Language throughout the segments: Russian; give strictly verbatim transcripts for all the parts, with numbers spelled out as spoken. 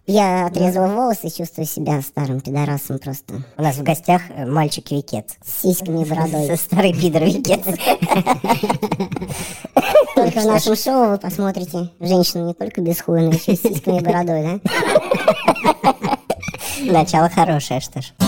Я отрезала волосы и чувствую себя старым пидорасом просто. У нас в гостях мальчик-викец. С сиськами и бородой. Со старый пидор-викец. Только в нашем шоу вы посмотрите женщину не только без хуя, но еще и с сиськами и бородой, да? Начало хорошее, что ж.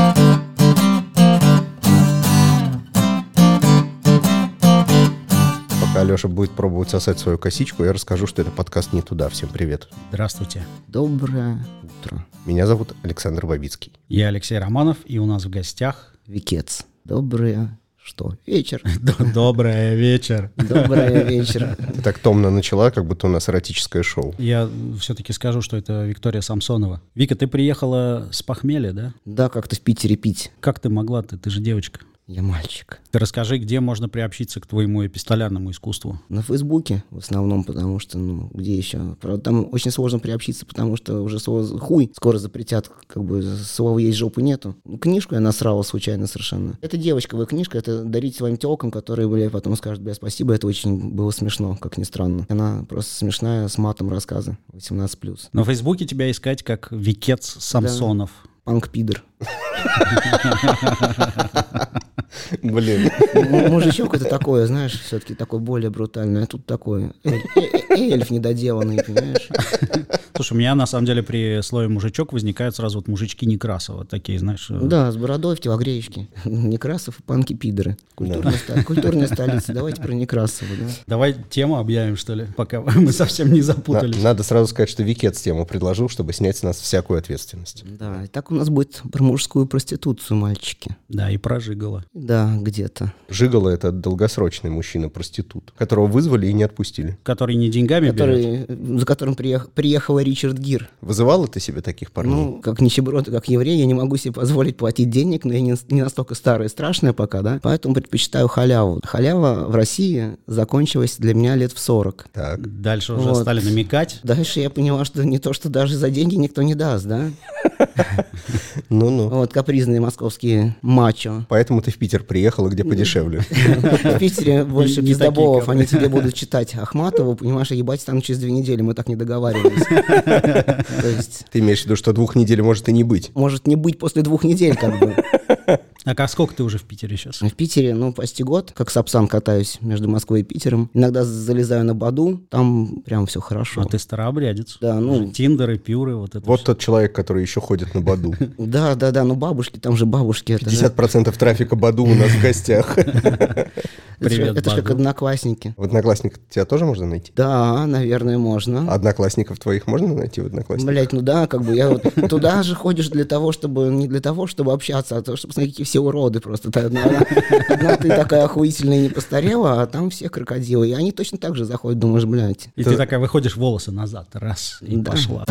Пока Алеша будет пробовать сосать свою косичку, я расскажу, что это подкаст «Не туда». Всем привет. Здравствуйте. Доброе утро. Меня зовут Александр Бабицкий. Я Алексей Романов, и у нас в гостях... Викец. Доброе... Что? Вечер. Доброе вечер. Доброе вечер. Ты так томно начала, как будто у нас эротическое шоу. Я все-таки скажу, что это Виктория Самсонова. Вика, ты приехала с похмелья, да? Да, как-то в Питере пить. Как ты могла? Ты, ты же девочка. Я мальчик. Ты расскажи, где можно приобщиться к твоему эпистолярному искусству? На Фейсбуке в основном, потому что, ну, где еще? Правда, там очень сложно приобщиться, потому что уже слово хуй скоро запретят, как бы слова есть жопы нету. Ну, книжку я насрала случайно совершенно. Это девочковая книжка, это дарить своим телкам, которые, бля, потом скажут, бля, спасибо, это очень было смешно, как ни странно. Она просто смешная, с матом рассказы, восемнадцать плюс. На Фейсбуке тебя искать как Викец Самсонов. Да. Панк-пидор. Блин. Мужичок это такое, знаешь, все-таки такое более брутальное. А тут такой эльф недоделанный, понимаешь? Слушай, у меня на самом деле при слове мужичок возникают сразу вот мужички Некрасова, такие, знаешь. Да, с бородой в телогреечке. Некрасов и панки-пидоры. Культурная, ста- культурная столица. Давайте про Некрасова. Да? Давай тему объявим, что ли, пока мы совсем не запутались. На- надо сразу сказать, что Викец тему предложил, чтобы снять с нас всякую ответственность. Да, и так у нас будет про мужскую проституцию, мальчики. Да, и прожигала. Да, где-то. Жигало — это долгосрочный мужчина-проститут, которого вызвали и не отпустили. Который не деньгами берет. Который, за которым приех, приехал Ричард Гир. Вызывала ты себе таких парней? Ну, как нищеброд и как еврей, я не могу себе позволить платить денег, но я не, не настолько старая и страшная пока, да, поэтому предпочитаю халяву. Халява в России закончилась для меня лет в сорок. Так. Дальше уже Вот. стали намекать. Дальше я поняла, что не то, что даже за деньги никто не даст, да? Ну-ну. Вот капризные московские мачо. Поэтому ты в Питер приехала, где подешевле. В Питере больше Не такие, пиздоболов, которые. они тебе будут читать Ахматову, понимаешь, а ебать станут через две недели, мы так не договаривались. То есть, Ты имеешь в виду, что двух недель может и не быть? может не быть после двух недель, как бы. А как сколько ты уже в Питере сейчас? В Питере, ну, почти год, как сапсан катаюсь между Москвой и Питером. Иногда залезаю на Баду, там прям все хорошо. А ты старообрядец. Да, ну- Тиндеры, пюры, вот это Вот всё. тот человек, который еще ходит на Баду. Да, да, да, ну бабушки, там же бабушки. Это же- пятьдесят процентов трафика Баду у нас в гостях. это же- Привет, это же как Баду. одноклассники. В Одноклассниках тебя тоже можно найти? Да, наверное, можно. Одноклассников твоих можно найти в Одноклассниках? Блять, ну да, как бы я вот туда же ходишь для того, чтобы не для того, чтобы общаться, а то, чтобы смотреть, какие все уроды просто. Ты Одна, одна ты такая охуительная не постарела, а там все крокодилы. И они точно так же заходят, думаешь, блядь. И ты такая выходишь, волосы назад, раз, и Да. пошла.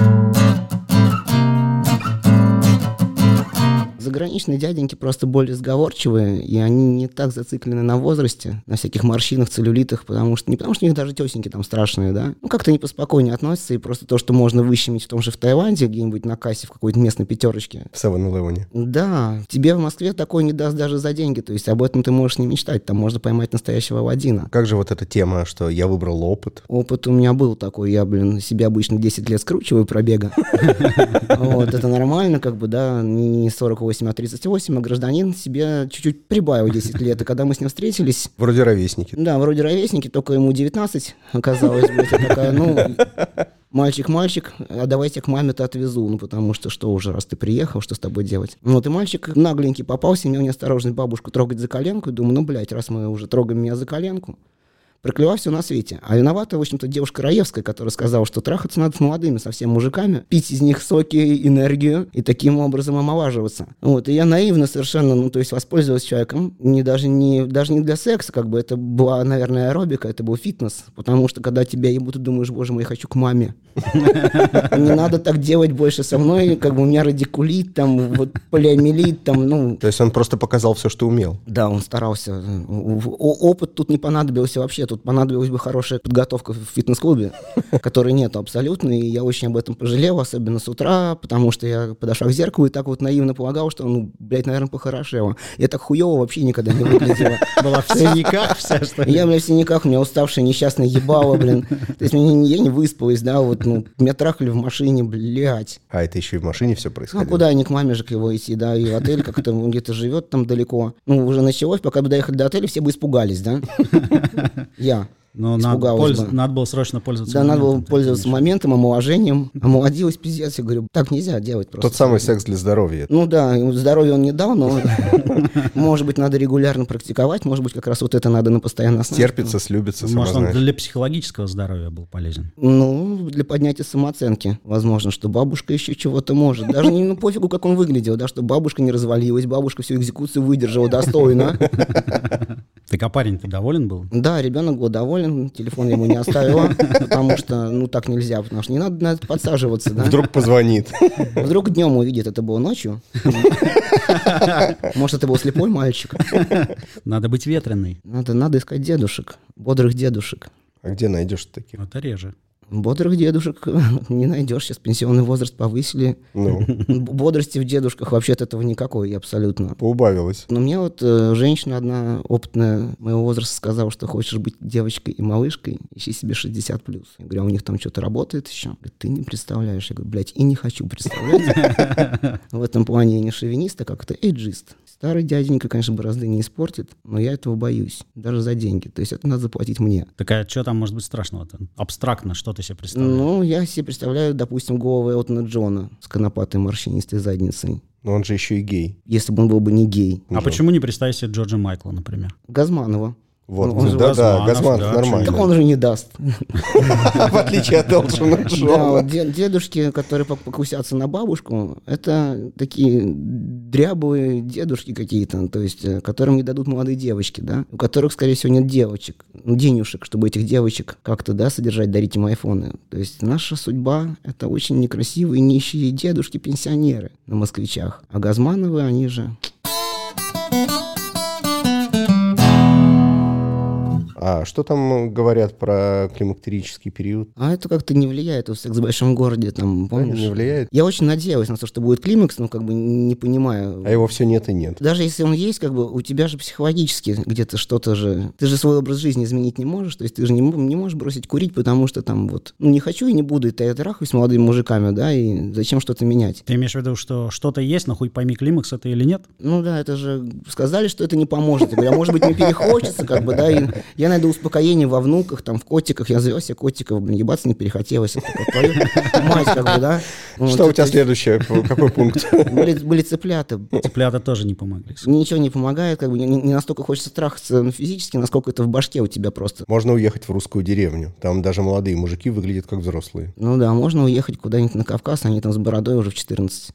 Заграничные дяденьки просто более сговорчивые, и они не так зациклены на возрасте, на всяких морщинах, целлюлитах, потому что не потому что у них даже тесеньки там страшные, да, ну как-то не поспокойнее относятся, и просто то, что можно выщемить в том же в Таиланде, где-нибудь на кассе в какой-то местной пятерочке. В севен-элевене. Да, тебе в Москве такое не даст даже за деньги, то есть об этом ты можешь не мечтать, там можно поймать настоящего Аладдина. Как же вот эта тема, что я выбрал опыт? Опыт у меня был такой, я, блин, себя обычно десять лет скручиваю пробега. Вот, это нормально, как бы, да, не сорок восемь, а тридцать восемь, а гражданин себе чуть-чуть прибавил десять лет, и когда мы с ним встретились, Вроде ровесники. да, вроде ровесники, только ему девятнадцать оказалось, блядь, я такая, ну, мальчик-мальчик, а давайте к маме-то отвезу, ну, потому что что уже, раз ты приехал, что с тобой делать? Вот, и мальчик нагленький попался, имел неосторожность бабушку трогать за коленку, и думаю, ну, блядь, раз мы уже трогаем меня за коленку, прокляло все на свете. А виновата, в общем-то, девушка Раевская, которая сказала, что трахаться надо с молодыми совсем мужиками, пить из них соки, энергию и таким образом омолаживаться. Вот. И я наивно совершенно, ну, то есть воспользовалась человеком, не, даже, не, даже не для секса, как бы это была, наверное, аэробика, это был фитнес, потому что когда тебя ебут, ты думаешь, боже мой, я хочу к маме. Не надо так делать больше со мной, как бы у меня радикулит, там, вот полиомиелит, там, ну... То есть он просто показал все, что умел. Да, он старался. О- Опыт тут не понадобился вообще. Тут понадобилась бы хорошая подготовка в фитнес-клубе, которой нету абсолютно, и я очень об этом пожалел, особенно с утра, потому что я подошел к зеркалу и так вот наивно полагал, что, ну, блядь, наверное, похорошело. Я так хуёво вообще никогда не выглядела. Была в синяках вся, что ли? Я, бля, в синяках, у меня уставшая, несчастная ебало, блин. То есть мне- я не выспалась, да, вот, ну, меня трахали в машине, блядь. А это еще и в машине все Ну, происходило? куда не к маме же к его идти, да, и в отель как-то он где-то живет там далеко. Ну, уже началось, пока бы доехали до отеля, все бы испугались, да? Я. Но надо, Испугалась польз- бы. надо было срочно пользоваться Да, надо было моментом, пользоваться конечно. моментом, омоложением. Омолодилась, пиздец. Я говорю, так нельзя делать просто. Тот самый секс для здоровья. Ну да, ему здоровье он не дал, но, может быть, надо регулярно практиковать, может быть, как раз вот это надо на постоянной основе. Терпится, слюбится, сама Может, он знаешь. для психологического здоровья был полезен. Ну, для поднятия самооценки, возможно, что бабушка еще чего-то может. Даже не ну, пофигу, как он выглядел, да, что бабушка не развалилась, бабушка всю экзекуцию выдержала достойно. Так а парень-то доволен был? Да, ребенок был доволен, телефон ему не оставила, потому что, ну, так нельзя, потому что не надо на это подсаживаться, да. Вдруг позвонит. Вдруг днем увидит, это было ночью. Может, это был слепой мальчик. Надо быть ветреной. Надо, надо искать дедушек, бодрых дедушек. А где найдешь таких? Это реже. Бодрых дедушек не найдешь, сейчас пенсионный возраст повысили. Ну, Бодрости в дедушках вообще-то этого никакой абсолютно. поубавилось. Но мне вот э, женщина одна опытная моего возраста сказала, что хочешь быть девочкой и малышкой, ищи себе шестьдесят плюс. Я говорю, а у них там что-то работает еще? Говорит, ты не представляешь. Я говорю, блядь, и не хочу представлять. В этом плане я не шовинист, а как-то эйджист. Старый дяденька, конечно, борозды не испортит, но я этого боюсь, даже за деньги. То есть это надо заплатить мне. Так а что там может быть страшного-то? Абстрактно, что ты себе представляешь? Ну, я себе представляю, допустим, голову Элтона Джона с конопатой морщинистой задницей. Но он же еще и гей. Если бы он был бы не гей. А почему не представить себе Джорджа Майкла, например? Газманова. Вот, Ну, он же да-да, Газманов, Газманов да, Так нормально. он же не даст. В отличие от Элтона Да, Джона. вот де- дедушки, которые пок- покусятся на бабушку, это такие дряблые дедушки какие-то, то есть, э, которым не дадут молодые девочки, да, у которых, скорее всего, нет девочек, ну, денежек, чтобы этих девочек как-то, да, содержать, дарить им айфоны. То есть наша судьба — это очень некрасивые нищие дедушки-пенсионеры на москвичах. А Газмановы, они же... А что там говорят про климактерический период? А это как-то не влияет, вот «Секс в большом городе», там, помнишь? Не влияет? Я очень надеялась на то, что будет климакс, но как бы не понимаю. А его все нет и нет. Даже если он есть, как бы у тебя же психологически где-то что-то же... Ты же свой образ жизни изменить не можешь, то есть ты же не, м- не можешь бросить курить, потому что там вот... Ну, не хочу и не буду, и я трахаюсь с молодыми мужиками, да, и зачем что-то менять? Ты имеешь в виду, что что-то есть, но хуй пойми, климакс это или нет? Ну да, это же сказали, что это не поможет. Я говорю, а может быть, мне перехочется, как бы, да, и я найду успокоение во внуках, там, в котиках. Я завел себе котиков, блин, ебаться не перехотелось. Это такое, твою мать, как бы, да. Вот, Что у тебя то есть следующее? Какой пункт? Были, были цыплята. Цыплята тоже не помогли. Ничего не помогает, как бы не, не настолько хочется трахаться физически, насколько это в башке у тебя просто. Можно уехать в русскую деревню. Там даже молодые мужики выглядят как взрослые. Ну да, можно уехать куда-нибудь на Кавказ, они там с бородой уже в четырнадцать.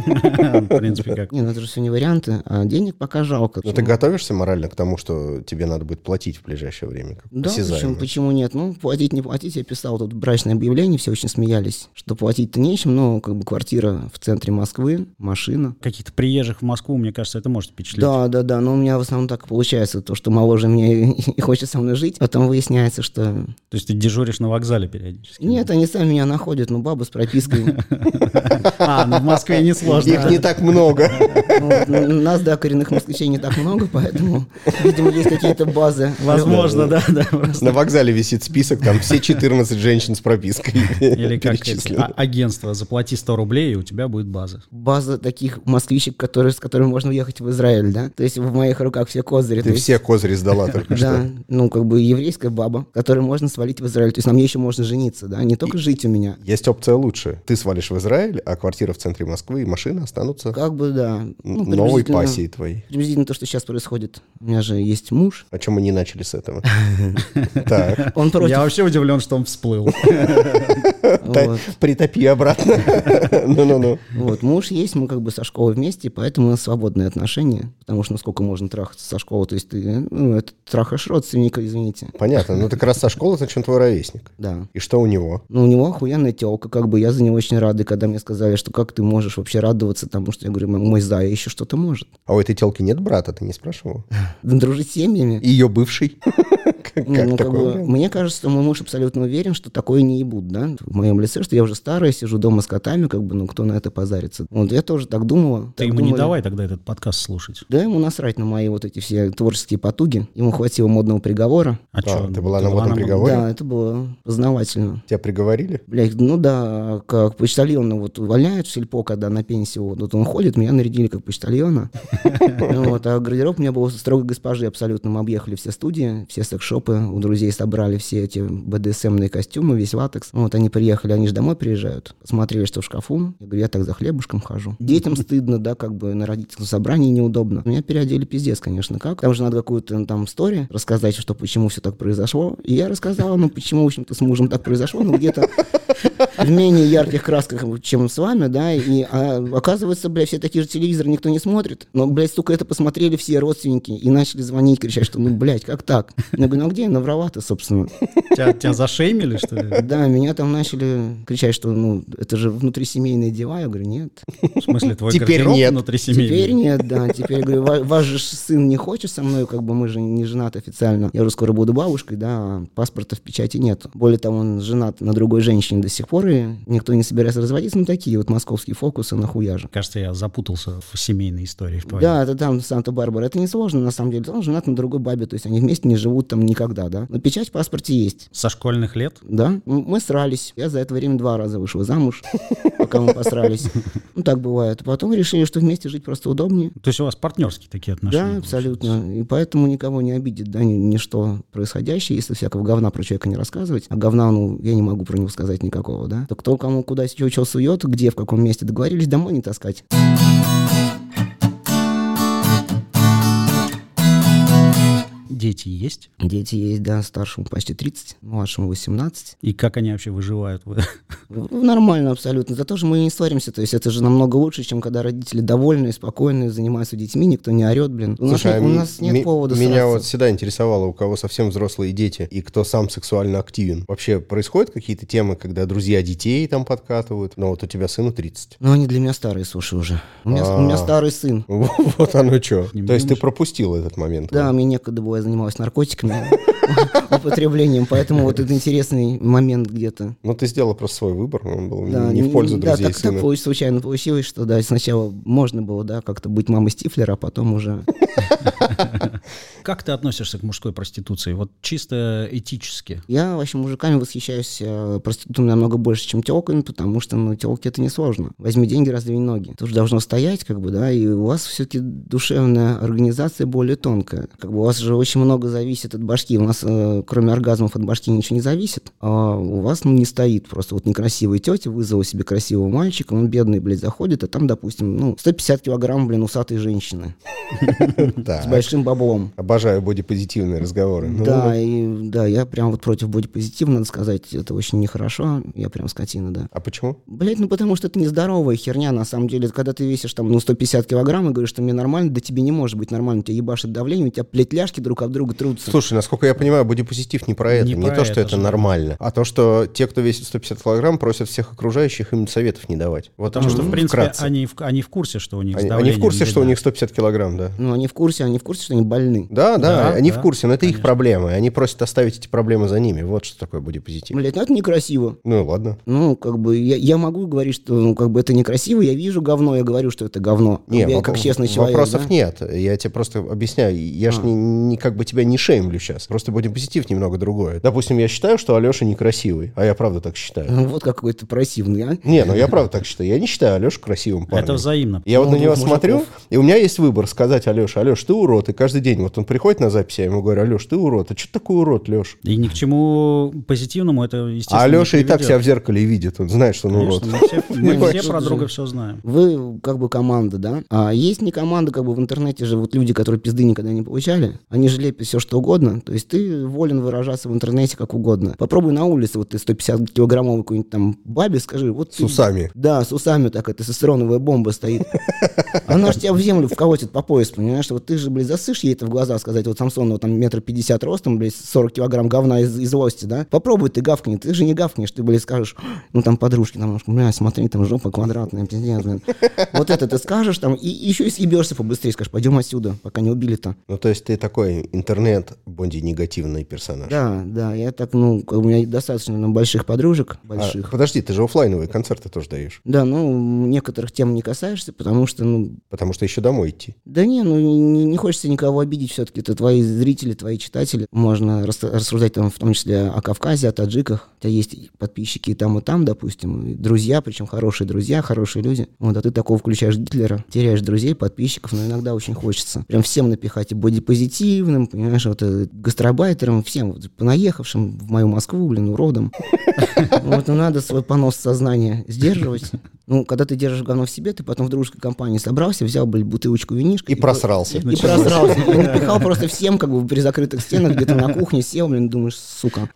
В принципе, как. Не, ну это же все не варианты, а денег пока жалко. Но ты готовишься морально к тому, что тебе надо будет платить в ближайшее время? Как Да, почему, осязаемо? почему нет? Ну, платить, не платить. Я писал тут брачное объявление, все очень смеялись, что платить-то нечем, но как бы квартира в центре Москвы, машина. Каких-то приезжих в Москву, мне кажется, это может впечатлить. Да, да, да, но у меня в основном так и получается, то, что моложе меня и, и хочет со мной жить, потом выясняется, что... То есть ты дежуришь на вокзале периодически? Нет, они сами меня находят, ну, баба с пропиской. А, ну в Москве несложно. Их не так много. Вот, ну, нас, да, коренных москвичей не так много, поэтому, видимо, есть какие-то базы. Возможно, да, да. просто. На вокзале висит список, там все четырнадцать женщин с пропиской Или как эти, перечислены. а- агентство, заплати сто рублей, и у тебя будет база. База таких москвичек, которые, с которыми можно уехать в Израиль, да? То есть в моих руках все козыри. Ты то есть- все козыри сдала только Да, что. ну, как бы еврейская баба, которой можно свалить в Израиль. То есть на мне еще можно жениться, да, не только жить у меня. Есть опция лучше. Ты свалишь в Израиль, а квартира в центре Москвы и машина останутся Как бы, да. Ну, новой приблизительно- пассией твоей. Приблизительно то, что сейчас происходит. У меня же есть муж. О чем мы не начали с этого? Так, Он против. Я вообще удивлен, что он всплыл. та- Вот. притопи обратно. Ну-ну-ну. Вот, муж есть, мы как бы со школы вместе, поэтому у нас свободные отношения. Потому что насколько можно трахаться со школы, то есть ты, ну, это трахаешь родственника, извините. Понятно. Ну, так раз со школы, значит, он твой ровесник. Да. И что у него? Ну, у него охуенная телка, как бы я за него очень рада, когда мне сказали, что как ты можешь вообще радоваться тому, что я говорю, мой зая еще что-то может. А у этой телки нет брата, ты не спрашивал? Да, дружить с семьями. И ее бывший? Не, ну, как бы, мне кажется, что мой муж абсолютно уверен, что такое не ебут, да, в моем лице, что я уже старая, сижу дома с котами, как бы, ну, кто на это позарится. Вот я тоже так думала. Ты так ему думали. не давай тогда этот подкаст слушать. Да, ему насрать на мои вот эти все творческие потуги. Ему хватило модного приговора. А, А, чё, ты была на модном мод- приговоре? Да, это было познавательно. Тебя приговорили? Блядь, ну да, как почтальона вот увольняют в сельпо, когда на пенсию, вот, вот он ходит, меня нарядили как почтальона. Вот, а гардероб у меня был строгой госпожи абсолютно. Мы объехали все студии, все секс-шопы, у друзей собрали все эти бэ дэ эс эм-ные костюмы, весь латекс. Вот они приехали, они же домой приезжают, посмотрели, что в шкафу. Я говорю, я так за хлебушком хожу. Детям стыдно, да, как бы на родительском собрании неудобно. Меня переодели пиздец, конечно, как. Там же надо какую-то там историю рассказать, что почему все так произошло. И я рассказала, ну почему, в общем-то, с мужем так произошло, ну где-то в менее ярких красках, чем с вами, да, и а, оказывается, блядь, все такие же телевизоры никто не смотрит, но, блядь, сука, это посмотрели все родственники и начали звонить, кричать, что, ну, блядь, как так? Я говорю, ну, а где я наврала-то, собственно? Тебя, тебя зашеймили, что ли? Да, меня там начали кричать, что, ну, это же внутрисемейные дела, я говорю, нет. В смысле, твой Теперь гардероб нет. внутрисемейный? Теперь нет, да, теперь, говорю, «Ва- ваш же сын не хочет со мной, как бы мы же не женаты официально, я уже скоро буду бабушкой, да, а паспорта в печати нет. Более того, он женат на другой женщине до сих пор, и никто не собирается разводиться, ну, такие вот московские фокусы, нахуя же. Кажется, я запутался в семейной истории. в твоей. Да, это там Санта-Барбара. Это несложно, на самом деле. Он женат на другой бабе, то есть они вместе не живут там никогда, да. Но печать в паспорте есть. Со школьных лет? Да, М- мы срались. Я за это время два раза вышла замуж, пока мы посрались. Ну, так бывает. Потом решили, что вместе жить просто удобнее. То есть у вас партнерские такие отношения? Да, абсолютно. И поэтому никого не обидит, да, ни- ничто происходящее, если всякого говна про человека не рассказывать. А говна, ну, я не могу про него сказать никакого, да. То кто кому куда чего чего сует, где, в каком месте договорились, домой не таскать. Дети есть? Дети есть, да, старшему почти тридцать, младшему восемнадцать. И как они вообще выживают? Ну, нормально абсолютно. Зато же мы не ссоримся. То есть это же намного лучше, чем когда родители довольные, спокойные, занимаются детьми, никто не орет, блин. У, Слушай, нас, а у ми- нас нет ми- повода Меня сраться. вот всегда интересовало, у кого совсем взрослые дети и кто сам сексуально активен. Вообще происходят какие-то темы, когда друзья детей там подкатывают? Но вот у тебя сыну тридцать. Ну, они для меня старые, слушай, уже. У меня, у меня А. старый сын. Вот оно что. Не То есть ты будешь? пропустил этот момент? Да, мне некогда было, я занималась наркотиками, употреблением, поэтому вот это интересный момент где-то. Ну, ты сделал просто свой выбор, он был Да, не в пользу да, друзей так, так сына. получ- случайно получилось, что да, сначала можно было, да, как-то быть мамой Стифлера, а потом уже... Как ты относишься к мужской проституции? Вот чисто этически. Я вообще мужиками восхищаюсь э, проститутами намного больше, чем телками, потому что, ну, телки это несложно. Возьми деньги, раздвинь ноги. Ты же должно стоять, как бы, да, и у вас все-таки душевная организация более тонкая. Как бы у вас же очень много зависит от башки. У нас, э, кроме оргазмов, от башки ничего не зависит. А у вас, ну, не стоит просто. Вот некрасивая тетя вызвала себе красивого мальчика, он бедный, блядь, заходит, а там, допустим, ну, сто пятьдесят килограмм, блин, усатой женщины Так. с большим баблом. Обожаю бодипозитивные разговоры. Ну, Да, и да, я прям вот против бодипозитива, надо сказать, это очень нехорошо, я прям скотина, да. А почему? Блять, ну потому что это нездоровая херня, на самом деле, когда ты весишь там, ну, сто пятьдесят килограмм и говоришь, что мне нормально, да тебе не может быть нормально, у тебя ебашит давление, у тебя, блядь, ляжки друг об друга трутся. Слушай, насколько я понимаю, бодипозитив не про это. Не Не, про то, что это это же. нормально, а то, что те, кто весит сто пятьдесят килограмм, просят всех окружающих им советов не давать. Вот Потому что, в принципе, вкратце. они в, они в курсе, что у них с Они, они давлением в курсе, что у беда. них сто пятьдесят килограмм, да. Ну, они в курсе, они в курсе, что они больны. Да, да, Да, они да, в курсе, но это их конечно. проблемы. Они просят оставить эти проблемы за ними. Вот что такое бодипозитив. Блять, ну это некрасиво. Ну ладно. Ну, как бы, я, я могу говорить, что, ну, как бы, это некрасиво, я вижу говно, я говорю, что это говно. Не, я воп- как честный человек, вопросов да? нет. Я тебе просто объясняю. Я ж А. не, не как бы тебя не шеймлю сейчас. Просто бодипозитив немного другое. Допустим, я считаю, что Алеша некрасивый, а я правда так считаю. Ну, вот какой-то противный, а? Не, ну я правда так считаю. Я не считаю Алешу красивым парнем. Это взаимно. Я вот Ну, на него двух смотрю, мужиков. и у меня есть выбор сказать Алёше: Алёш, ты урод. И каждый день вот он приходит на запись, я ему говорю: Алёш, ты урод. А что ты такой урод, Лёш? И ни к чему позитивному это, естественно, А Алёша не и так приведет. себя в зеркале видит, он знает, что он урод. Конечно, мы все, мы Понимаешь, все про это друга же- все знаем. Вы как бы команда, да? А есть не команда, как бы в интернете же вот люди, которые пизды никогда не получали, они же лепят все что угодно. То есть ты волен выражаться в интернете как угодно. Попробуй на улице, вот ты сто пятьдесят килограммовый какой-нибудь там бабе скажи, вот С ты- усами. Да, с усами такая тестостероновая бомба стоит. Она же тебя в землю вколотит по пояс, понимаешь? Вот ты же, блядь, засышь ей это в глаза, сказать, вот Самсонова там метр пятьдесят ростом, блядь, сорок килограмм говна из, из злости, да? Попробуй ты гавкни, ты же не гавкнешь, ты, блядь, скажешь, ну там подружки, там, бля, смотри, там жопа квадратная, пиздец, блин. Вот это ты скажешь там, и еще и съебешься побыстрее, скажешь, пойдем отсюда, пока не убили-то. Ну, то есть ты такой интернет-боди-негативный спортивный персонаж. Да, да, я так, ну, как бы у меня достаточно ну, больших подружек, больших. А, подожди, ты же оффлайновые концерты тоже даешь. Да, ну, некоторых тем не касаешься, потому что, ну... Потому что еще домой идти. Да не, ну, не, не хочется никого обидеть все-таки. Это твои зрители, твои читатели. Можно рас, рассуждать там в том числе о Кавказе, о таджиках. У тебя есть подписчики и там, и там, допустим, и друзья, причем хорошие друзья, хорошие люди. Вот, а ты такого включаешь Гитлера, теряешь друзей, подписчиков, но иногда очень хочется прям всем напихать, и бодипозитивным, понимаешь, вот, и гастробайтерам, всем, вот, понаехавшим в мою Москву, блин, уродом. Вот, ну, надо свой понос сознания сдерживать. Ну, когда ты держишь говно в себе, ты потом в дружеской компании собрался, взял, блин, бутылочку винишка. И просрался. И просрался. И напихал просто всем, как бы, при закрытых стенах, где-то на кухне сел, блин, думаешь, сука.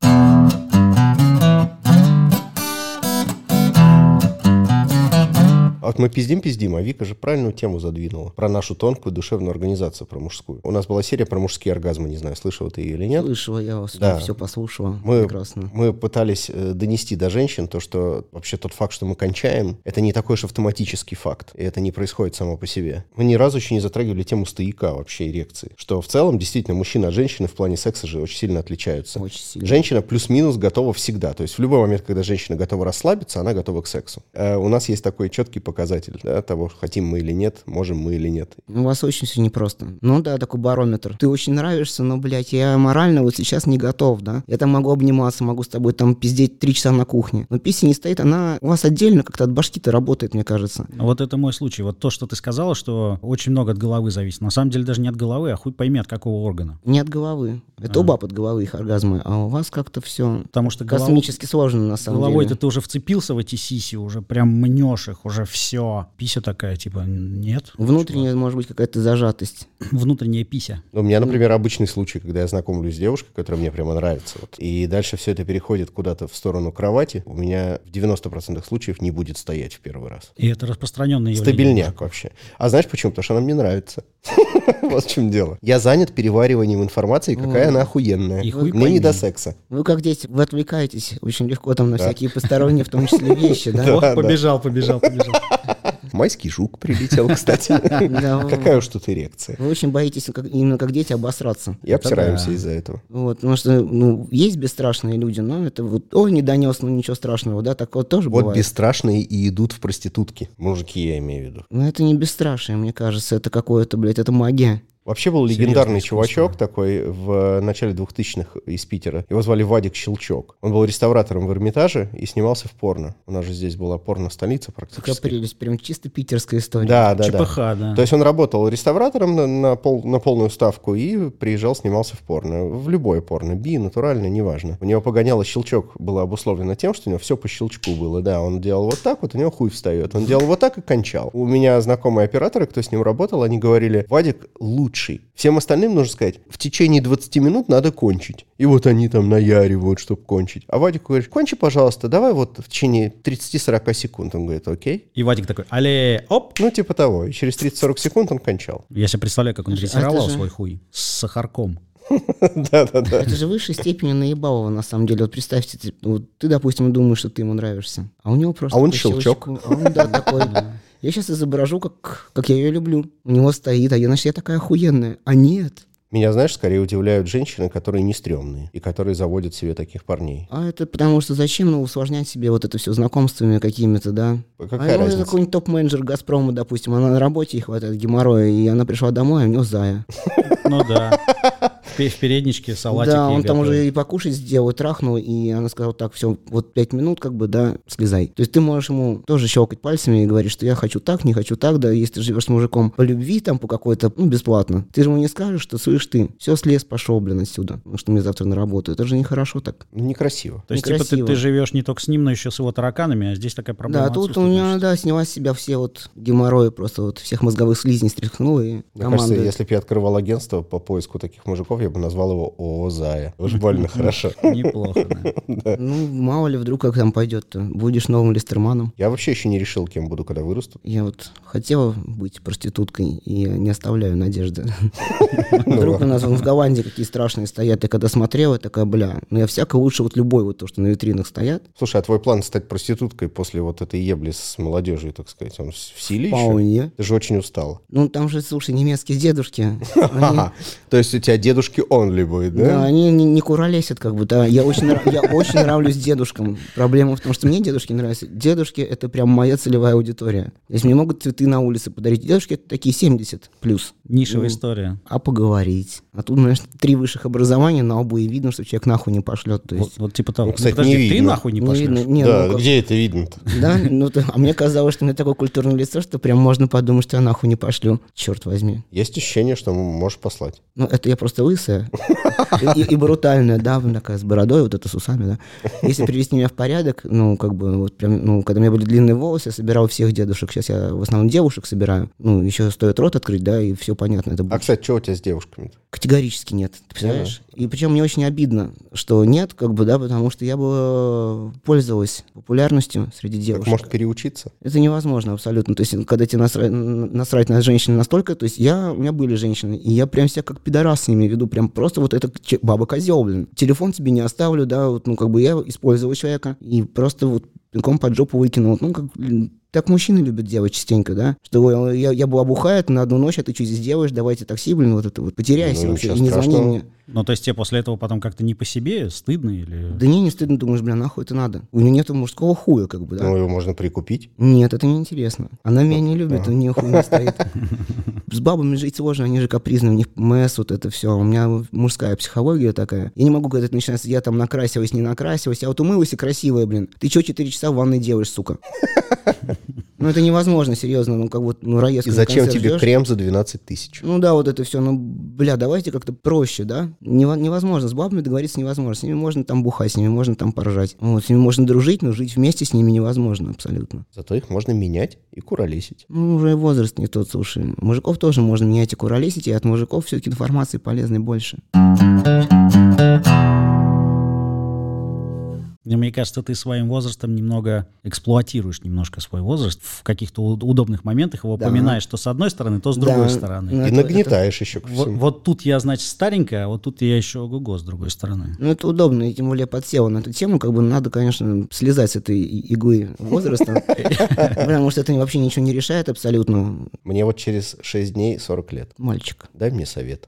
А вот мы пиздим-пиздим, а Вика же правильную тему задвинула. Про нашу тонкую душевную организацию, про мужскую. У нас была серия про мужские оргазмы, не знаю, слышала ты ее или нет. Слышала, я вас Да. все послушала. Мы, Прекрасно. мы пытались э, донести до женщин то, что вообще тот факт, что мы кончаем, это не такой уж автоматический факт. И это не происходит само по себе. Мы ни разу еще не затрагивали тему стояка вообще эрекции. Что в целом, действительно, мужчина от женщины в плане секса же очень сильно отличаются. Очень сильно. Женщина плюс-минус готова всегда. То есть в любой момент, когда женщина готова расслабиться, она готова к сексу. Э, у нас есть такой четкий показатель, да, того, хотим мы или нет, можем мы или нет. У вас очень все непросто. Ну да, такой барометр. Ты очень нравишься, но, блядь, я морально вот сейчас не готов, да? Я там могу обниматься, могу с тобой там пиздеть три часа на кухне. Но писня не стоит, она у вас отдельно как-то от башки-то работает, мне кажется. Вот это мой случай. Вот то, что ты сказала, что очень много от головы зависит. На самом деле даже не от головы, а хуй пойми от какого органа. Не от головы. Это А. у баб от головы их оргазмы, а у вас как-то все Потому что голов- космически сложно на самом головой-то деле. ты уже вцепился в эти сиси, уже прям мнешь их, уже все. Пися такая, типа, нет. Внутренняя, может быть, какая-то зажатость. Внутренняя пися. У меня, например, обычный случай, когда я знакомлюсь с девушкой, которая мне прямо нравится, вот, и дальше все это переходит куда-то в сторону кровати, у меня в девяноста процентах случаев не будет стоять в первый раз. И это распространенное явление. Стабильняк вообще. А знаешь почему? Потому что она мне нравится. Вот в чем дело. Я занят перевариванием информации, какая она охуенная. И хуй Мне не пойми. до секса. Вы как дети, вы отвлекаетесь очень легко там на всякие посторонние, в том числе вещи, да? Ох, побежал, побежал, побежал. Майский жук прилетел, кстати. Да, Какая уж тут эрекция. Вы очень боитесь, как- именно как дети, обосраться. И обсираемся да. из-за этого. Вот, потому что, ну, есть бесстрашные люди, но это вот, ой, не донес, ну ничего страшного, да, такое тоже Вот бывает. бесстрашные и идут в проститутки. Мужики, я имею в виду. Но это не бесстрашие, мне кажется, это какое-то, блядь, это магия. Вообще был Серьезное легендарный искусство. чувачок такой в начале двухтысячных из Питера. Его звали Вадик Щелчок. Он был реставратором в Эрмитаже и снимался в порно. У нас же здесь была порно-столица Какая практически. прелесть, прям чисто питерская история. Да, да, да. ЧПХ, да. То есть он работал реставратором на, на, пол, на полную ставку и приезжал, снимался в порно. В любое порно. Би, натуральное, неважно. У него погоняло щелчок было обусловлено тем, что у него все по щелчку было. Да, он делал вот так вот, у него хуй встает. Он делал вот так и кончал. У меня знакомые операторы, кто с ним работал, они говорили: Вадик лучший. Всем остальным нужно сказать: в течение двадцати минут надо кончить. И вот они там наяривают, чтобы кончить. А Вадик говорит: кончи, пожалуйста, давай вот в течение тридцати-сорока секунд. Он говорит: окей. И Вадик такой, але, оп. Ну, типа того. И через тридцать-сорок секунд он кончал. Я себе представляю, как он это дрессировал же- свой хуй с сахарком. Да-да-да. Это же в высшей степени наебалово, на самом деле. Вот представьте, ты, вот ты, допустим, думаешь, что ты ему нравишься, а у него просто... А он по щелчок. щелчку, а он, да, такой... Я сейчас изображу, как, как я ее люблю. У него стоит, а я, значит, я такая охуенная. А нет. Меня, знаешь, скорее удивляют женщины, которые не стрёмные и которые заводят себе таких парней. А это потому что зачем, ну, усложнять себе вот это все знакомствами какими-то, да? Какая а ну, разница? какой-нибудь топ-менеджер Газпрома, допустим, она на работе, ей хватает геморроя, и она пришла домой, а у нее зая. Ну да. В пе- в передничке салатик Да, ей он там готовит. уже и покушать сделал, и трахнул, и она сказала: так, все, вот пять минут, как бы, да, слезай. То есть ты можешь ему тоже щелкать пальцами и говорить, что я хочу так, не хочу так, да, если ты живешь с мужиком по любви, там, по какой-то, ну, бесплатно. Ты же ему не скажешь, что, слышь, ты, все, слез, пошел, блин, отсюда, потому что мне завтра на работу. Это же нехорошо так. Ну, некрасиво. То есть, типа, ты, некрасиво. ты живешь не только с ним, но еще с его тараканами, а здесь такая проблема Да, тут у отсутствует, меня, значит. да, сняла с себя все вот геморрои, просто вот всех мозговых слизней стряхнула, и Мне команда... кажется, если бы я открывал агентство по поиску таких мужиков, я бы назвал его ООО «Зая». Уж больно хорошо. Неплохо, да. Ну, мало ли, вдруг как там пойдет-то. Будешь новым Листерманом. Я вообще еще не решил, кем буду, когда вырасту. Я вот хотела быть проституткой, и я не оставляю надежды. Вдруг у нас вон в Голландии какие страшные стоят. Я когда смотрела, такая, бля, ну я всяко лучше вот любой вот то, что на витринах стоят. Слушай, а твой план стать проституткой после вот этой ебли с молодежью, так сказать, он в силе еще? Вполне. Ты же очень устал. Ну там же, слушай, немецкие дедушки. Они- Ага. То есть у тебя Дедушки онли будет, да? Да, они не, не куролесят, как бы, да. Я очень, нрав- я очень нравлюсь дедушкам. Проблема в том, что мне дедушки нравятся. Дедушки — это прям моя целевая аудитория. То есть мне могут цветы на улице подарить. Дедушки — это такие семьдесят плюс. Нишевая Ну, история. А поговорить. А тут, знаешь, три высших образования на обои видно, что человек нахуй не пошлет. То Вот, есть, вот типа того. Ну, кстати, подожди, не ты видно. нахуй не не пошлешь? видно. Не, Да, ну, как- где это видно-то? Да, ну, то- а мне казалось, что у меня такое культурное лицо, что прям можно подумать, что я нахуй не пошлю. Черт возьми. Есть ощущение, что можешь послать. Ну, это я просто лысая и, и- и брутальная, да, такая с бородой, вот это с усами, да. Если привести меня в порядок, ну, как бы, вот прям, ну, когда у меня были длинные волосы, я собирал всех дедушек. Сейчас я в основном девушек собираю. Ну, еще стоит рот открыть, да, и все понятно. Это А, будет. кстати, что у тебя с девушками-то? Категорически нет, ты представляешь? И причем мне очень обидно, что нет, как бы, да, потому что я бы пользовалась популярностью среди Так, девушек. может, переучиться? Это невозможно абсолютно. То есть, когда тебе насра- насрать на женщин настолько, то есть я, у меня были женщины, и я прям себя как пидорас с ними веду, прям просто вот это че- баба-козел, блин. Телефон тебе не оставлю, да, вот, ну, как бы я использовал человека, и просто вот пинком под жопу выкинул. Ну, как, блин, так мужчины любят делать частенько, да? Что ой, я, я была бухая, ты на одну ночь, а ты что здесь делаешь, давайте такси, блин, вот это вот, потеряйся Ну, вообще, ничего и не звони страшного. мне. Ну, то есть тебе после этого потом как-то не по себе, стыдно или... Да не, не стыдно, думаешь, бля, нахуй это надо? У нее нету мужского хуя, как бы, да? Ну, его можно прикупить. Нет, это неинтересно. Она меня не любит, у нее хуй не стоит. С бабами жить сложно, они же капризные, у них МС, вот это все. У меня мужская психология такая. Я не могу, когда это начинается, я там накрасилась, не накрасилась, я вот умылась и красивая, блин. Ты что четыре часа в ванной делаешь, сука? Ну, это невозможно, серьезно. Ну, как вот, ну, Раевский И на зачем концерт тебе ждёшь. крем за двенадцать тысяч? Ну да, вот это все. Ну, бля, давайте как-то проще, да? Нево- невозможно. С бабами договориться невозможно. С ними можно там бухать, с ними можно там поржать. Вот, с ними можно дружить, но жить вместе с ними невозможно абсолютно. Зато их можно менять и куролесить. Ну, уже возраст не тот, слушай. Мужиков тоже можно менять и куролесить, и от мужиков все-таки информации полезной больше. Мне, мне кажется, ты своим возрастом немного эксплуатируешь немножко свой возраст. В каких-то у- удобных моментах его Да. упоминаешь то с одной стороны, то с Да. другой стороны. Ну, И это- нагнетаешь еще ко Вот, всему. вот тут я, значит, старенькая, а вот тут я еще ого-го с другой стороны. Ну, это удобно, и тем более подсела на эту тему, как бы надо, конечно, слезать с этой и- иглы возраста, потому что это вообще ничего не решает абсолютно. Мне вот через шесть дней сорок лет. Мальчик, Дай мне совет.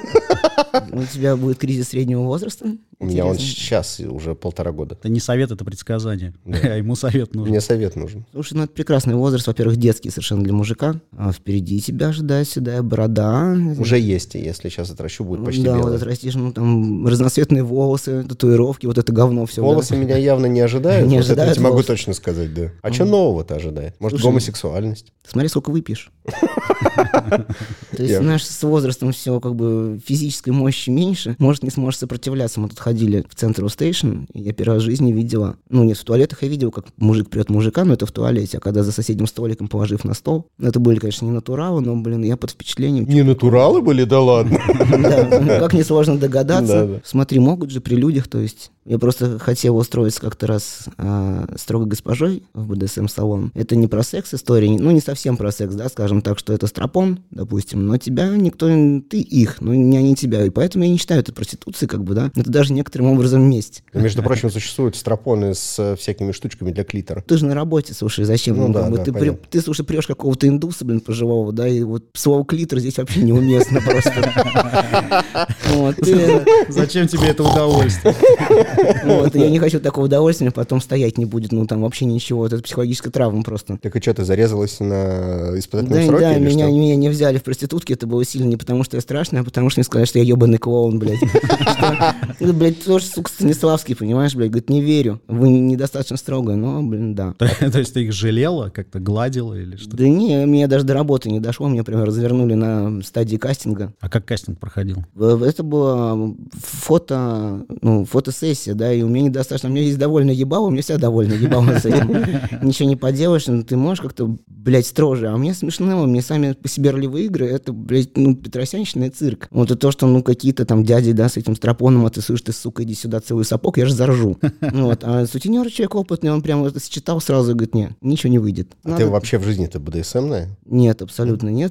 у тебя будет кризис среднего возраста? У меня он Интересно. сейчас уже полтора года. Это не совет, это предсказание. А ему совет нужен. Мне совет нужен. Слушай, ну это прекрасный возраст, во-первых, детский совершенно для мужика, а впереди тебя ожидает седая борода. Уже есть, и если сейчас отращу, будет почти Да, вот белый. отрастишь, ну там разноцветные волосы, татуировки, вот это говно все. Волосы меня явно не ожидают. Не вот это я ожидают тебе могу волосы? точно сказать, да. А что нового-то ожидает? Может, Слушай, гомосексуальность? Смотри, сколько выпьешь. То есть, Я- знаешь, с возрастом все как бы физической мощи меньше, может, не сможешь сопротивляться. Мы тут ходили в центр Стейшн, и я первый раз в жизни видела, ну, нет, в туалетах я видел, как мужик прет мужика, но это в туалете, а когда за соседним столиком, положив на стол, это были, конечно, не натуралы, но, блин, я под впечатлением. Не натуралы были? Да ладно. Да, ну, как несложно догадаться. Да, да. Смотри, могут же при людях, то есть... Я просто хотел устроиться как-то раз а, строгой госпожой в бэ дэ эс эм-салон. Это не про секс история, не- ну не совсем про секс, да, скажем так, что это стропон, допустим, но тебя никто, ты их, но не они тебя, и поэтому я не считаю это проституцией, как бы, да. Это даже некоторым образом месть. Ну, между прочим, существуют стропоны с э, всякими штучками для клитора. Ты же на работе, слушай, зачем? Ну Ну, да, как бы да, ты, при- понятно. ты, слушай, прешь какого-то индуса, блин, пожилого, да, и вот слово клитор здесь вообще неуместно просто. Вот, ты- Зачем тебе это удовольствие? Вот, я не хочу такого удовольствия, потом стоять не будет, ну там вообще ничего, это психологическая травма просто. Так и что, ты зарезалась на испытательном Да, сроке да, или меня, что? меня не взяли в проститутки, это было сильно не потому, что я страшный, а потому что мне сказали, что я ебаный клоун, блядь. Что, ну, блядь, тоже, сука, Станиславский, понимаешь, блядь, говорит, не верю, вы недостаточно строгая, но, блин, да. То есть ты их жалела, как-то гладила или что? Да не, меня даже до работы не дошло, меня, например, развернули на стадии кастинга. А как кастинг проходил? В- Это была фото, ну, фотосессия, да, и у меня недостаточно, у меня есть довольно ебало, у меня вся довольно ебало с этим. Ничего не поделаешь, но ты можешь как-то, блядь, строже. А мне смешно, мне сами по себе ролевые игры, это, блядь, ну, петросянщина и цирк. Вот и то, что, ну, какие-то там дяди, да, с этим стропоном, а ты слышишь, ты, сука, иди сюда, целый сапог, я же заржу. Вот. А сутенер человек опытный, он прям это считал сразу и говорит, нет, ничего не выйдет. А Надо- ты вообще в жизни-то бэ дэ эс эм-ная? Нет, абсолютно нет.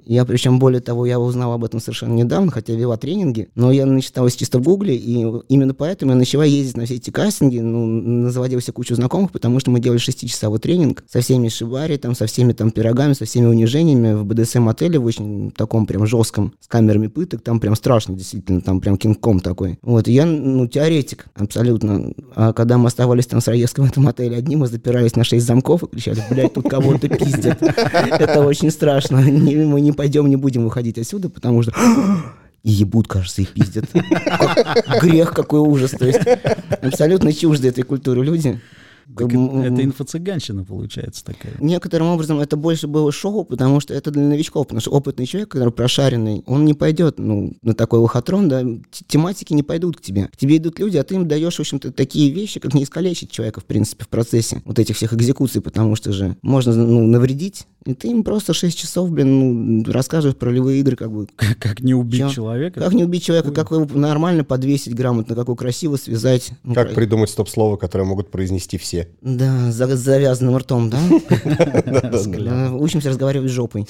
Я, причем, более того, я узнал об этом совершенно недавно, хотя вела тренинги, но я начиталась чисто в Гугле, и именно поэтому я начала ездить на все эти кастинги, ну, заводила себе кучу знакомых, потому что мы делали шестичасовой тренинг со всеми шибари, там, со всеми там пирогами, со всеми унижениями в бэ дэ эс эм-отеле, в очень таком прям жестком, с камерами пыток, там прям страшно, действительно, там прям Кинг-Конг такой. Вот, и я, ну, теоретик абсолютно. А когда мы оставались там с Раевским в этом отеле одни, мы запирались на шесть замков и кричали: блядь, тут кого-то пиздят. Это очень страшно. Мы не пойдем, не будем выходить отсюда, потому что и ебут, кажется, и пиздят. Как грех, какой ужас. То есть абсолютно чужды этой культуры люди. Так это инфо-цыганщина получается такая. Некоторым образом это больше было шоу, потому что это для новичков, потому что опытный человек, который прошаренный, он не пойдет, ну, на такой лохотрон, да, тематики не пойдут к тебе. К тебе идут люди, а ты им даешь, в общем-то, такие вещи, как не искалечить человека, в принципе, в процессе вот этих всех экзекуций, потому что же можно, ну, навредить, и ты им просто шесть часов, блин, ну, рассказываешь про ролевые игры, как бы. Как, как не убить Чё? человека? Как не убить человека, как его нормально подвесить грамотно, как его красиво связать. Как Ну, придумать стоп-слово, которое могут произнести все. Да, за- с завязанным ртом, да? Да, учимся разговаривать с жопой.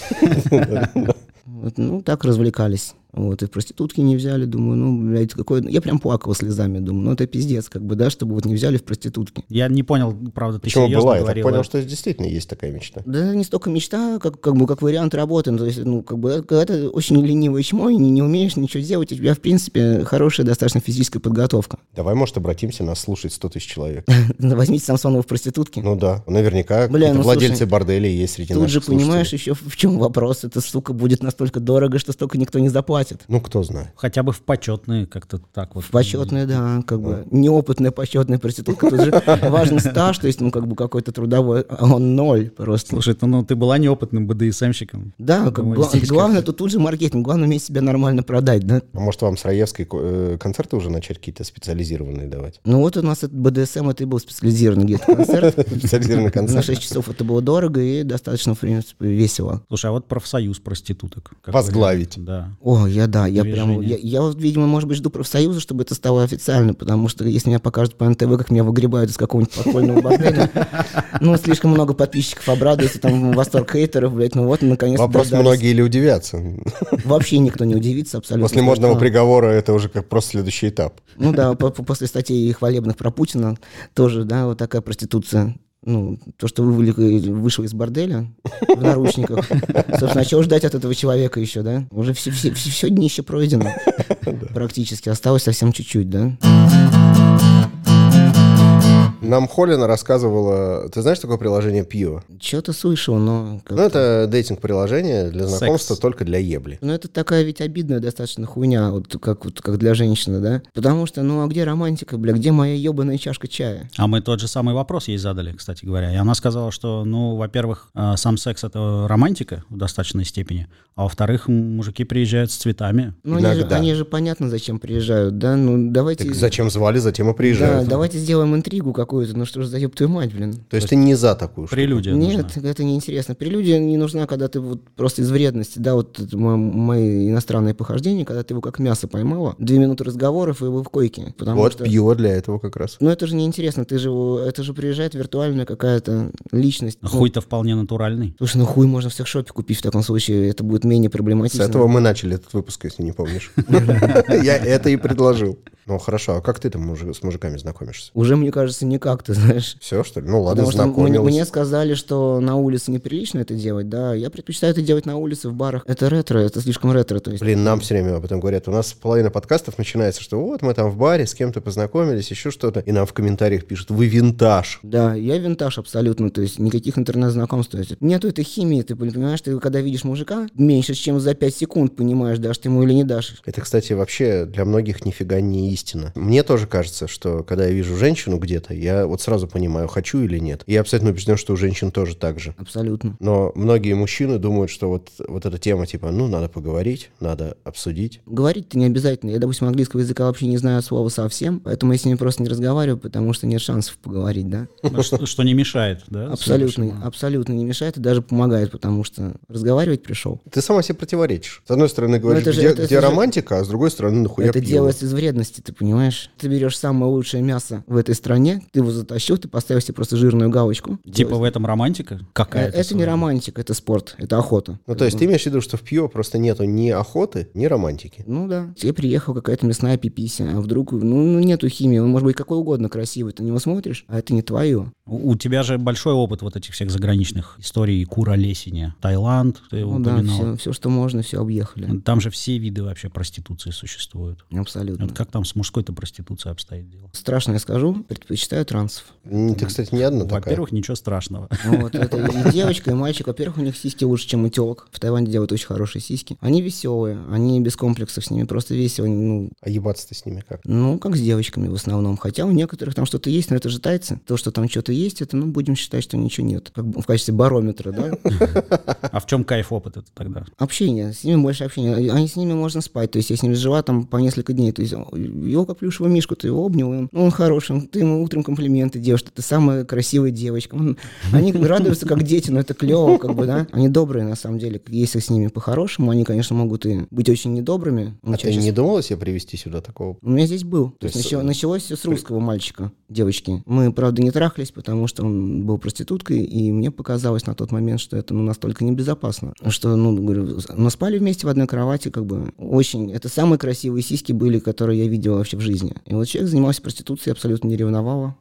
Вот, ну, так развлекались. Вот, и проститутки не взяли, думаю, ну, блядь, какой... Я прям плакал слезами, думаю, ну, это пиздец, как бы, да, чтобы вот не взяли в проститутки. Я не понял, правда, ты Почему серьезно была? Я так говорил? понял, что действительно есть такая мечта. Да не столько мечта, как, как бы, как вариант работы. Ну, то есть, ну, как бы, когда ты очень ленивый чмо и не, не умеешь ничего делать, у тебя, в принципе, хорошая достаточно физическая подготовка. Давай, может, обратимся, нас слушает сто тысяч человек. Возьмите Самсонова в проститутки. Ну да, наверняка Бля, какие-то ну, владельцы слушай, борделей есть среди Тут наших же, понимаешь, слушателей. еще в чем вопрос. Это, сука, будет настолько дорого, что столько никто не заплатит. Ну, кто знает. Хотя бы в почетные как-то так вот. Почетная, да, как бы неопытная почетная проститутка. Тут же важен стаж, то есть, ну, как бы какой-то трудовой, а он ноль просто. Слушай, ты, ну ты была неопытным бэ дэ эс эм-щиком. Да, как Думаю, гла- здесь главное как-то- тут тут же маркетинг, главное уметь себя нормально продать, да. А может, вам с Раевской э, концерты уже начать какие-то специализированные давать? Ну вот у нас этот бэ дэ эс эм, это и был специализированный где-то концерт. Специализированный На концерт? шесть часов это было дорого и достаточно, в принципе, весело. Слушай, а вот профсоюз проституток. как Возглавить. вариант, Да. О, я да, я прям, Движение. я, я вот, видимо, может быть, жду профсоюза, чтобы это стало официально, потому что если меня покажут по эн тэ вэ, как меня выгребают из какого-нибудь подпольного борделя, ну, слишком много подписчиков обрадуется, там, восторг хейтеров, блядь, ну вот, наконец-то Вопрос, дождались. многие ли удивятся. Вообще никто не удивится абсолютно. После модного А, приговора это уже как просто следующий этап. Ну да, по- по- после статей хвалебных про Путина тоже, да, вот такая проституция. Ну, то, что вывели- вышел из борделя в наручниках. Собственно, а чего ждать от этого человека еще, да? Уже все, все, все, все днище пройдено. Практически. Осталось совсем чуть-чуть, да? Нам Холина рассказывала... Ты знаешь такое приложение Пио? Что-то слышал, но... как-то- Ну, это дейтинг-приложение для Секс. знакомства только для ебли. Ну, это такая ведь обидная достаточно хуйня, вот как, вот как для женщины, да? Потому что, ну, а где романтика, бля? Где моя ебаная чашка чая? А мы тот же самый вопрос ей задали, кстати говоря. И она сказала, что, ну, во-первых, э, сам секс — это романтика в достаточной степени, а во-вторых, м, мужики приезжают с цветами. Ну, они же, Иногда. они же понятно, зачем приезжают, да? Ну, давайте... Так зачем звали, затем и Да, приезжают. давайте сделаем интригу какую-то, ну что ж за еб твою мать, блин. То есть ты не за такую штуку? Прелюдия Нет, нужна. это неинтересно. Прелюдия не нужна, когда ты вот просто из вредности, да, вот это мо- мои иностранные похождения, когда ты его как мясо поймала, две минуты разговоров, и вы в койке. Потому Вот что... Пио для этого как раз. Ну это же неинтересно, ты же, его- это же приезжает виртуальная какая-то личность. А Ну, Хуй-то вполне натуральный. Слушай, ну хуй можно в секс-шопе купить в таком случае, это будет менее С проблематично. этого мы начали этот выпуск, если не помнишь. Я это и предложил. Ну хорошо, а как ты там мужи- с мужиками знакомишься? Уже, мне кажется, никак, ты знаешь. Все, что ли? Ну ладно, Потому что мне, знакомилась. мне сказали, что на улице неприлично это делать, да. Я предпочитаю это делать на улице, в барах. Это ретро, это слишком ретро. То есть, Блин, нам все время об этом говорят. У нас половина подкастов начинается, что вот мы там в баре с кем-то познакомились, еще что-то. И нам в комментариях пишут: вы винтаж. да, я винтаж абсолютно, то есть никаких интернет-знакомств. То есть нету этой химии, ты понимаешь, ты когда видишь мужика, меньше чем за пять секунд понимаешь, дашь ты ему или не дашь. Это, кстати, вообще для многих нифига не истина. Мне тоже кажется, что когда я вижу женщину где-то, я вот сразу понимаю, хочу или нет. И я абсолютно убежден, что у женщин тоже так же. Абсолютно. Но многие мужчины думают, что вот, вот эта тема, типа, ну, надо поговорить, надо обсудить. Говорить-то не обязательно. Я, допустим, английского языка вообще не знаю от слова совсем, поэтому я с ними просто не разговариваю, потому что нет шансов поговорить, да. Ну, Что что не мешает, да? Абсолютно, следующему? абсолютно не мешает и даже помогает, потому что разговаривать пришел. Ты сама себе противоречишь. С одной стороны говоришь, это же- где, это- где это же- романтика, а с другой стороны, нахуя Это пьё? делается из вредности, деваться, ты понимаешь? Ты берешь самое лучшее мясо в этой стране, ты его затащил, ты поставил себе просто жирную галочку. Типа в этом романтика? Какая-то Это не своя. романтика, это спорт, это охота. Ну, то есть ты имеешь в виду, что в пиво просто нету ни охоты, ни романтики? Ну да. Тебе приехала какая-то мясная пипися, а вдруг, ну, ну, нету химии, он может быть какой угодно красивый, ты на него смотришь, а это не твое. У, у тебя же большой опыт вот этих всех заграничных историй Куралесине. Таиланд, ты его Ну да, упоминал. все, все, что можно, все объехали. Там же все виды вообще проституции существуют. Абсолютно. Вот как там с мужской-то проституцией обстоит дело? Страшно я скажу, предпочитаю трансов. Н- Ты, кстати, не одна такая. Во-первых, ничего страшного. Вот, это и девочка, и мальчик. Во-первых, у них сиськи лучше, чем у телок. В Таиланде делают очень хорошие сиськи. Они веселые, они без комплексов, с ними просто весело. Ну, А ебаться-то с ними как? ну, как с девочками в основном. Хотя у некоторых там что-то есть, но это же тайцы. То, что там что-то есть, это, ну, будем считать, что ничего нет. Как бы в качестве барометра, да? А в чем кайф опыта тогда? Общение, с ними больше общения. Они с ними можно спать. То есть я с ними жила там по несколько дней. То есть его как плюшевого мишку, ты его обнял, и он, ну, он хороший, ты ему утром комплименты делаешь, что ты самая красивая девочка. Он- они радуются как дети, но это клево, как бы, да. Они добрые на самом деле. Если с ними по-хорошему, они, конечно, могут и быть очень недобрыми. Ну, А ты чаще не думала себе привести сюда такого? У меня здесь был. То, То есть есть, начало- э, началось все с русского мальчика, девочки. Мы, правда, не трахались, потому что он был проституткой, и мне показалось на тот момент, что это, ну, настолько небезопасно. Что, ну, говорю, мы спали вместе в одной кровати, как бы, очень... Это самые красивые сиськи были, которые я видел вообще в жизни. И вот человек занимался проституцией, абсолютно не ревновала.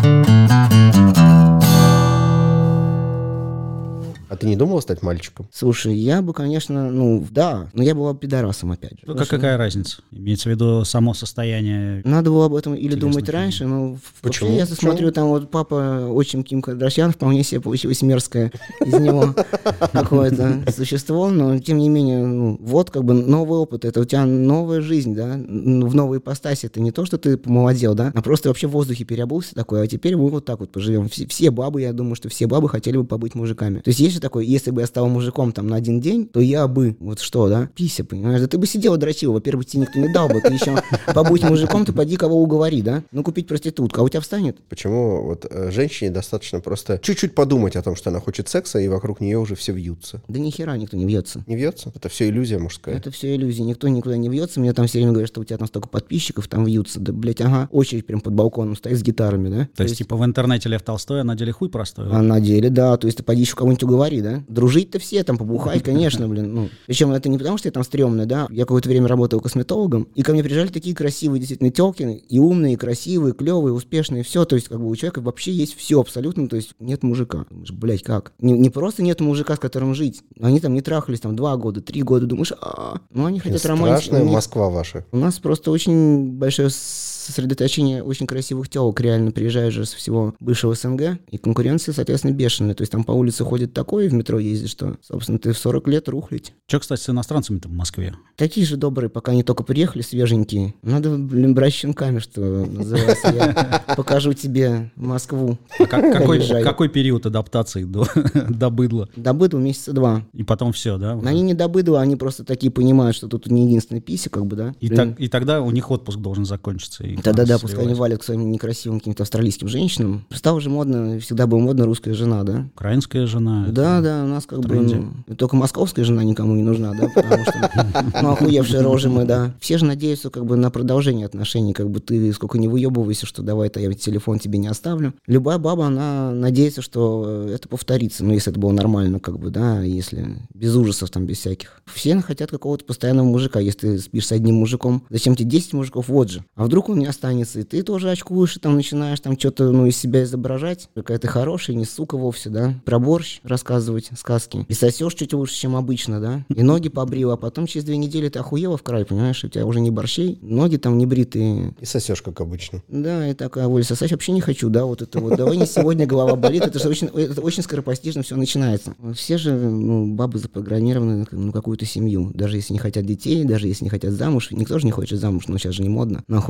А ты не думала стать мальчиком? Слушай, я бы, конечно, ну, да, но я был бы пидорасом опять же. Ну, Потому как, что какая разница? Имеется в виду само состояние. Надо было об этом или Интересно, думать почему? раньше, но в- Почему? вообще я Почему? смотрю, там вот папа, отчим Ким Кардашьян, вполне себе получилось мерзкое из него какое-то существо, но тем не менее, ну, вот как бы новый опыт, это у тебя новая жизнь, да, н- в новой ипостаси, это не то, что ты помолодел, да, а просто вообще в воздухе переобулся такой, а теперь мы вот так вот поживем. Все, все бабы, я думаю, что все бабы хотели бы побыть мужиками. То есть есть же такое, если бы я стал мужиком там на один день, то я бы, вот что, да, пися, понимаешь, да ты бы сидел и дрочил, во-первых, тебе никто не дал бы, ты еще побудь мужиком, ты поди кого уговори, да, ну купить проститутку, а у тебя встанет? Почему вот э, женщине достаточно просто чуть-чуть подумать о том, что она хочет секса, и вокруг нее уже все вьются? Да ни хера никто не вьется. Не вьется? Это все иллюзия мужская. Это все иллюзии, никто никуда не вьется. Мне там все время говорят, что у тебя там столько подписчиков, там вьются. Да, блять, ага, очередь прям под балконом стоит с гитарами, да? То, есть, типа, в интернете Лев Толстой, а на деле хуй простой. А на деле, да, то есть ты поди еще кого-нибудь уговори, да? Дружить-то все, там, побухать, конечно, блин, ну. Причем это не потому, что я там стрёмный, да? Я какое-то время работал косметологом, и ко мне приезжали такие красивые, действительно, тёлки, и умные, и красивые, клевые, успешные, все. То есть, как бы у человека вообще есть все абсолютно, то есть нет мужика. Блять, как? Не, не просто нет мужика, с которым жить. Они там не трахались там два года, три года, думаешь, а, ну они хотят романтики. Страшная у них- Москва ваша. У нас просто очень большое сосредоточение очень красивых телок, реально приезжают же со всего бывшего СНГ, и конкуренция, соответственно, бешеная. То есть там по улице ходит такое, в метро ездит, что, собственно, ты в сорок лет рухлить. Че, кстати, с иностранцами-то в Москве? Такие же добрые, пока они только приехали, свеженькие. Надо, блин, брать щенками, что называется. Я покажу тебе Москву. А как- какой, Приезжай. какой период адаптации до, до быдла? До быдла месяца два. И потом все, да? Но они не до быдла, они просто такие понимают, что тут не единственная пися, как бы, да. И, Блин. так, и тогда у них отпуск должен закончиться. и Да-да-да, надо пускай они сливать. валят к своим некрасивым каким-то австралийским женщинам. Стало же модно, всегда была модна русская жена, да? Украинская жена. это- Да, да, у нас как бы тренде. ну, только московская жена никому не нужна, да, потому что ну, охуевшие рожи мы, да. Все же надеются как бы на продолжение отношений, как бы ты сколько не выебывайся, что давай-то я телефон тебе не оставлю. Любая баба, она надеется, что это повторится, ну, если это было нормально, как бы, да, если без ужасов там, без всяких. Все хотят какого-то постоянного мужика, если ты спишь с одним мужиком, зачем тебе десять мужиков, вот же. А вдруг он не останется, и ты тоже очкуешь, и там начинаешь там что-то, ну, из себя изображать, какая ты хорошая, не сука вовсе, да, про борщ рассказывать сказки, и сосешь чуть лучше, чем обычно, да, и ноги побрил, а потом через две недели ты охуела в край, понимаешь, у тебя уже не борщей, ноги там не бритые. И сосешь, как обычно. Да, и такая, Оля, сосать вообще не хочу, да, вот это вот, давай не сегодня голова болит, это же очень, это очень скоропостижно все начинается. Все же, ну, бабы запрограммированы на ну, какую-то семью, даже если не хотят детей, даже если не хотят замуж, никто же не хочет замуж, но сейчас же не модно, нахуй это надо.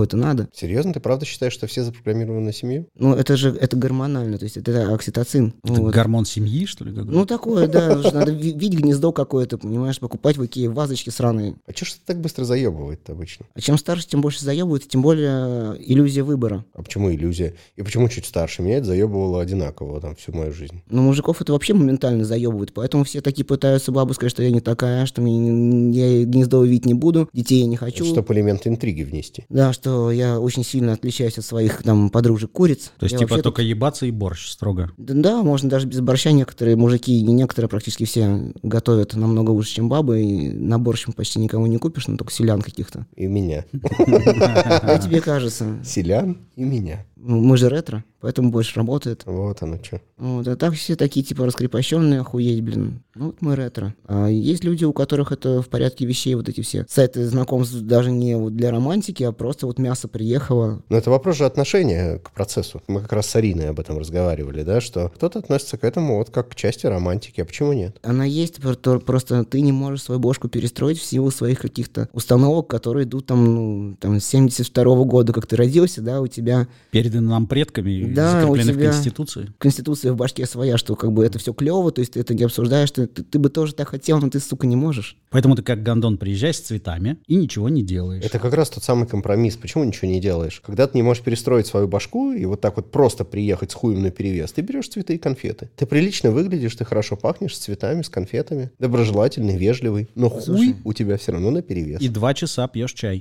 года. Серьезно? Ты правда считаешь, что все запрограммированы на семью? Ну, это же это гормонально, то есть это окситоцин. Это Вот. гормон семьи, что ли? какой-то? Ну, такое, да, уже надо ви- видеть гнездо какое-то, понимаешь, покупать в Икее вазочки сраные. А че ж это так быстро заебывает обычно? А чем старше, тем больше заебывает, тем более иллюзия выбора. А почему иллюзия? И почему чуть старше? Меня это заебывало одинаково там всю мою жизнь. Но мужиков это вообще моментально заебывает, поэтому все такие пытаются бабу сказать, что я не такая, что мне, не- я гнездо видеть не буду, детей я не хочу. Чтобы элемент интриги внести. Да, что я очень сильно отличаюсь от своих там подружек-куриц. То есть, Я типа, вообще только ебаться и борщ строго. Да, да, можно даже без борща. Некоторые мужики, не некоторые, практически все готовят намного лучше, чем бабы. И на борщ почти никого не купишь, но только селян каких-то. И меня. А тебе кажется, Селян и меня. ну, мы же ретро, поэтому больше работает. Вот оно что. Вот, а так все такие типа раскрепощенные, охуеть, блин. Ну вот мы ретро. А есть люди, у которых это в порядке вещей, вот эти все сайты знакомств даже не вот для романтики, а просто вот мясо приехало. Но это вопрос же отношения к процессу. Мы как раз с Ариной об этом разговаривали, да, что кто-то относится к этому вот как к части романтики, а почему нет? Она есть, про- просто ты не можешь свою бошку перестроить в силу своих каких-то установок, которые идут там, ну, там, с семьдесят второго года, как ты родился, да, у тебя Переданы нам предками и Да, у закреплены тебя- в Конституции. конституция в башке своя, что как бы это все клево, то есть ты это не обсуждаешь, ты, ты, ты бы тоже так хотел, но ты, сука, не можешь. Поэтому ты как гондон приезжаешь с цветами и ничего не делаешь. Это как раз тот самый компромисс. Почему ничего не делаешь? Когда ты не можешь перестроить свою башку и вот так вот просто приехать с хуем наперевес, ты берешь цветы и конфеты. Ты прилично выглядишь, ты хорошо пахнешь с цветами, с конфетами. Доброжелательный, вежливый. Но хуй Слушай. у тебя все равно наперевес. И два часа пьешь чай.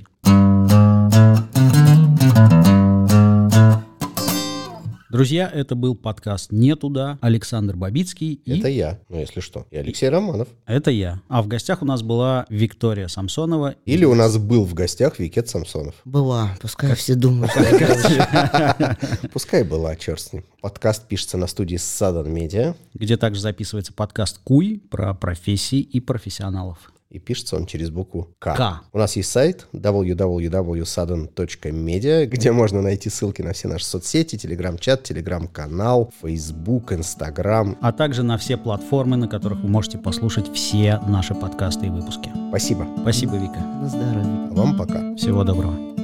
Друзья, это был подкаст «Не туда». Александр Бабицкий и... Это я, ну если что. И Алексей Романов. Это я. А в гостях у нас была Виктория Самсонова. Или у нас был в гостях Викет Самсонов. Была, пускай все думают. что я делаю. Пускай была, черт с ним. Подкаст пишется на студии Sudden Media. Где также записывается подкаст «Куй» про профессии и профессионалов. И пишется он через букву К. К. У нас есть сайт дабл ю дабл ю дабл ю точка sudden точка media, где можно найти ссылки на все наши соцсети, телеграм-чат, телеграм-канал, фейсбук, инстаграм. А также на все платформы, на которых вы можете послушать все наши подкасты и выпуски. Спасибо. Спасибо, Вика. На здоровье. А вам пока. Всего доброго.